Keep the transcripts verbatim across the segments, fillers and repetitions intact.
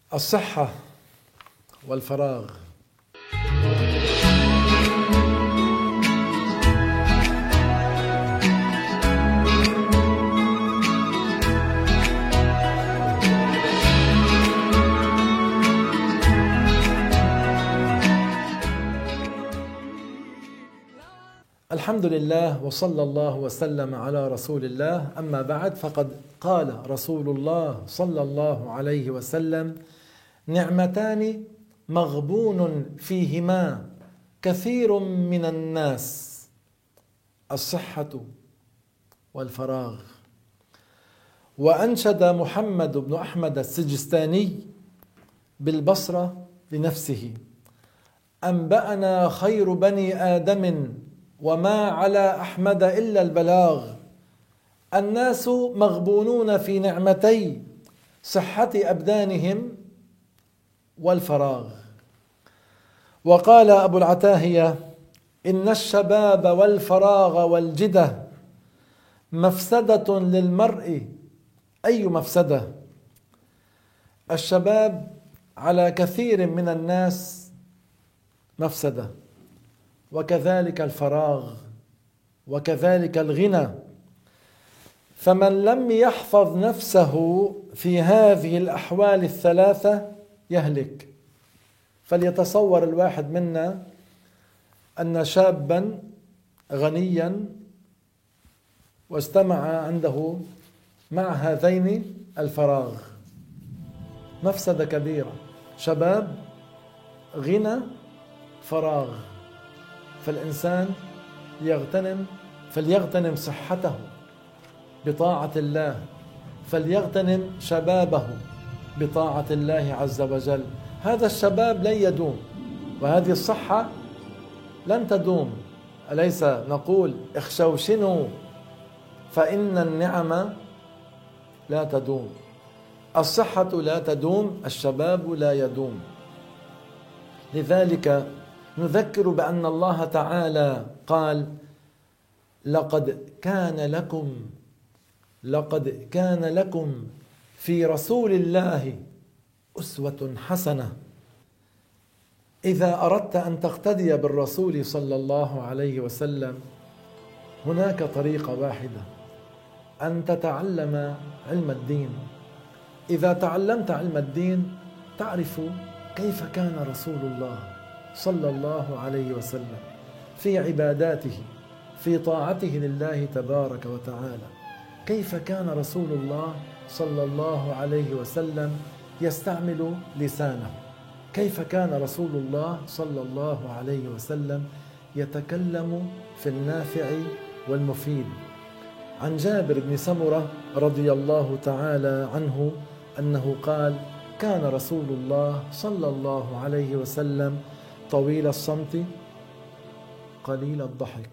الصحة والفراغ. الحمد لله وصلى الله وسلم على رسول الله، أما بعد، فقد قال رسول الله صلى الله عليه وسلم: نعمتان مغبون فيهما كثير من الناس، الصحة والفراغ. وأنشد محمد بن أحمد السجستاني بالبصرة لنفسه: أنبأنا خير بني آدم وما على أحمد إلا البلاغ، الناس مغبونون في نعمتي صحة أبدانهم والفراغ. وقال أبو العتاهية: إن الشباب والفراغ والجدة مفسدة للمرء. أي مفسدة؟ الشباب على كثير من الناس مفسدة، وكذلك الفراغ، وكذلك الغنى. فمن لم يحفظ نفسه في هذه الأحوال الثلاثة يهلك. فليتصور الواحد منا أن شابا غنيا واجتمع عنده مع هذين الفراغ، مفسدة كبيرة. شباب، غنى، فراغ. فالإنسان يغتنم فليغتنم صحته بطاعة الله، فليغتنم شبابه بطاعة الله عز وجل. هذا الشباب لن يدوم، وهذه الصحة لن تدوم. أليس نقول: اخشوشنوا فإن النعم لا تدوم. الصحة لا تدوم، الشباب لا يدوم. لذلك نذكر بأن الله تعالى قال: لقد كان لكم لقد كان لكم في رسول الله أسوة حسنة. إذا أردت أن تقتدي بالرسول صلى الله عليه وسلم، هناك طريقة واحدة: أن تتعلم علم الدين. إذا تعلمت علم الدين تعرف كيف كان رسول الله صلى الله عليه وسلم في عباداته، في طاعته لله تبارك وتعالى. كيف كان رسول الله صلى الله عليه وسلم يستعمل لسانه، كيف كان رسول الله صلى الله عليه وسلم يتكلم في النافع والمفيد. عن جابر بن سمرة رضي الله تعالى عنه أنه قال: كان رسول الله صلى الله عليه وسلم طويل الصمت قليل الضحك،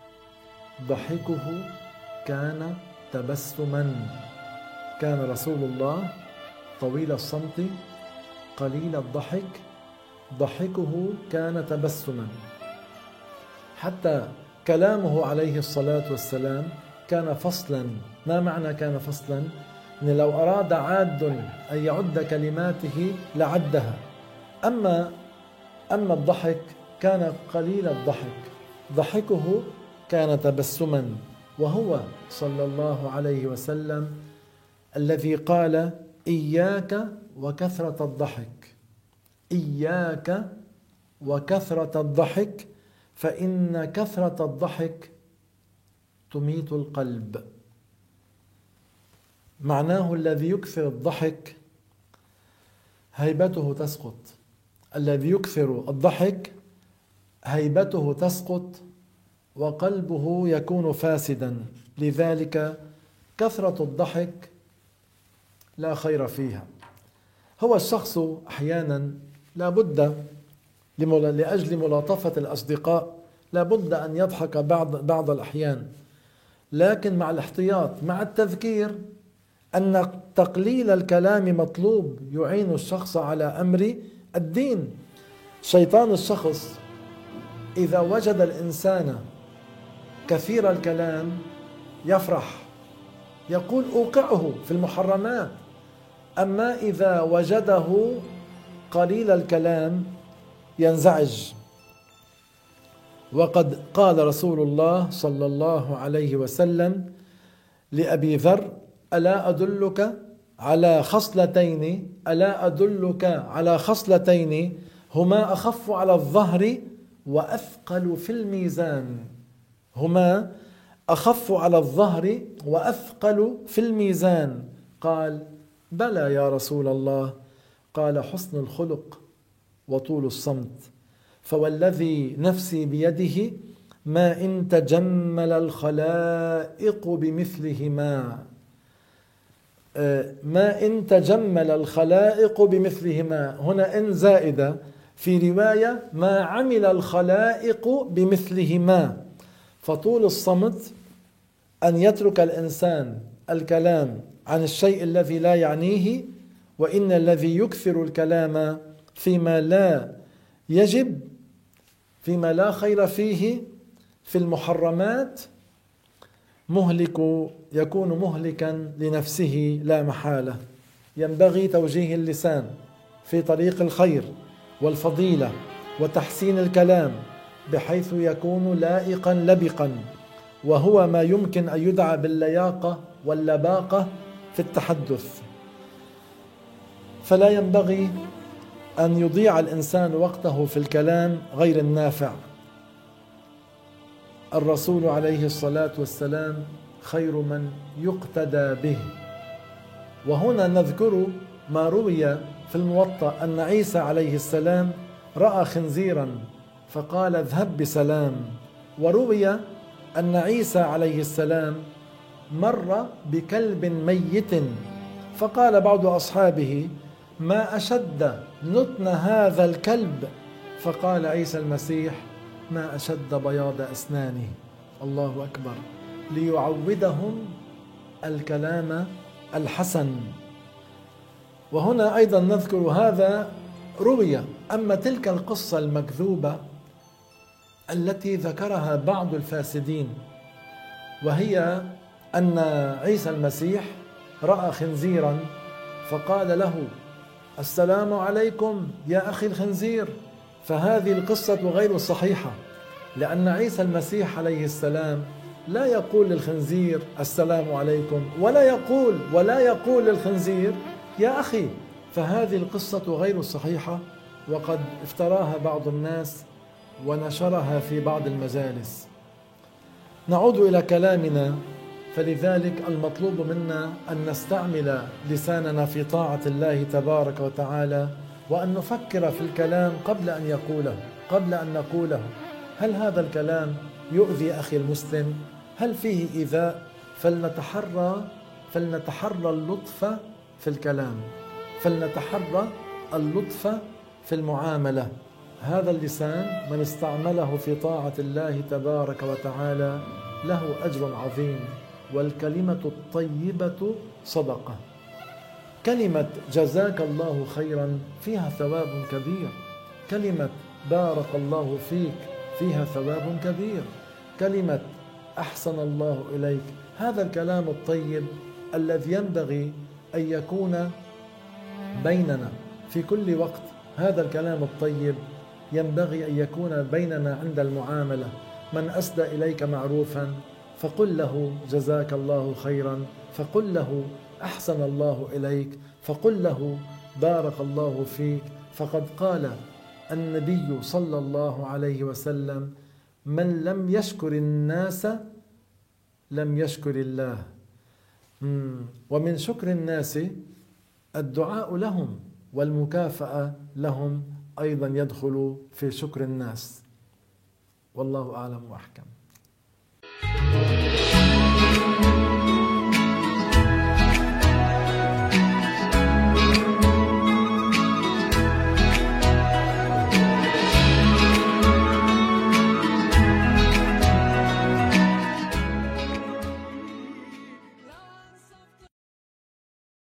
ضحكه كان تبسما. كان رسول الله طويل الصمت قليل الضحك، ضحكه كان تبسما. حتى كلامه عليه الصلاة والسلام كان فصلا. ما معنى كان فصلا؟ إن لو أراد عاد أن يعد كلماته لعدها. أما أما الضحك كان قليل الضحك، ضحكه كان تبسما. وهو صلى الله عليه وسلم الذي قال: إياك وكثرة الضحك، إياك وكثرة الضحك، فإن كثرة الضحك تميت القلب. معناه: الذي يكثر الضحك هيبته تسقط. الذي يكثر الضحك هيبته تسقط وقلبه يكون فاسدا. لذلك كثرة الضحك لا خير فيها. هو الشخص أحيانا لا بد لأجل ملاطفة الأصدقاء لا بد أن يضحك بعض بعض الأحيان، لكن مع الاحتياط، مع التذكير أن تقليل الكلام مطلوب يعين الشخص على أمر الدين. شيطان الشخص إذا وجد الإنسان كثير الكلام يفرح، يقول: أوقعه في المحرمات، أما إذا وجده قليل الكلام ينزعج. وقد قال رسول الله صلى الله عليه وسلم لأبي ذر: ألا أدلك على خصلتين ألا أدلك على خصلتين هما أخف على الظهر وأثقل في الميزان هما أخف على الظهر وأثقل في الميزان. قال: بلى يا رسول الله. قال: حسن الخلق وطول الصمت. فوالذي نفسي بيده ما إن تجمل الخلائق بمثلهما ما إن تجمل الخلائق بمثلهما هنا إن زائدة، في رواية ما عمل الخلائق بمثلهما. فطول الصمت أن يترك الإنسان الكلام عن الشيء الذي لا يعنيه، وإن الذي يكثر الكلام فيما لا يجب، فيما لا خير فيه، في المحرمات، مهلك يكون مهلكا لنفسه لا محالة. ينبغي توجيه اللسان في طريق الخير والفضيلة وتحسين الكلام بحيث يكون لائقا لبقا، وهو ما يمكن أن يدعى باللياقة واللباقة في التحدث. فلا ينبغي أن يضيع الإنسان وقته في الكلام غير النافع. الرسول عليه الصلاة والسلام خير من يقتدى به. وهنا نذكر ما روي في الموطأ أن عيسى عليه السلام رأى خنزيرا فقال: اذهب بسلام. وروي أن عيسى عليه السلام مر بكلب ميت فقال بعض أصحابه: ما أشد نتن هذا الكلب. فقال عيسى المسيح: ما أشد بياض أسنانه. الله أكبر. ليعودهم الكلام الحسن. وهنا أيضا نذكر هذا روي. أما تلك القصة المكذوبة التي ذكرها بعض الفاسدين، وهي أن عيسى المسيح رأى خنزيرا فقال له: السلام عليكم يا أخي الخنزير. فهذه القصة غير صحيحة، لأن عيسى المسيح عليه السلام لا يقول للخنزير السلام عليكم، ولا يقول ولا يقول للخنزير يا أخي. فهذه القصة غير صحيحة، وقد افتراها بعض الناس ونشرها في بعض المجالس. نعود إلى كلامنا. فلذلك المطلوب منا أن نستعمل لساننا في طاعة الله تبارك وتعالى، وأن نفكر في الكلام قبل أن يقوله قبل أن نقوله. هل هذا الكلام يؤذي أخي المسلم؟ هل فيه إيذاء؟ فلنتحرى فلنتحرى اللطف في الكلام، فلنتحرى اللطف في المعاملة. هذا اللسان من استعمله في طاعة الله تبارك وتعالى له أجر عظيم. والكلمة الطيبة صدقة. كلمة جزاك الله خيرا فيها ثواب كبير. كلمة بارك الله فيك فيها ثواب كبير. كلمة أحسن الله إليك، هذا الكلام الطيب الذي ينبغي أن يكون بيننا في كل وقت. هذا الكلام الطيب ينبغي أن يكون بيننا عند المعاملة. من أسدى إليك معروفا فقل له جزاك الله خيرا، فقل له أحسن الله إليك، فقل له بارك الله فيك. فقد قال النبي صلى الله عليه وسلم: من لم يشكر الناس لم يشكر الله. ومن شكر الناس الدعاء لهم، والمكافأة لهم أيضا يدخل في شكر الناس. والله أعلم وأحكم.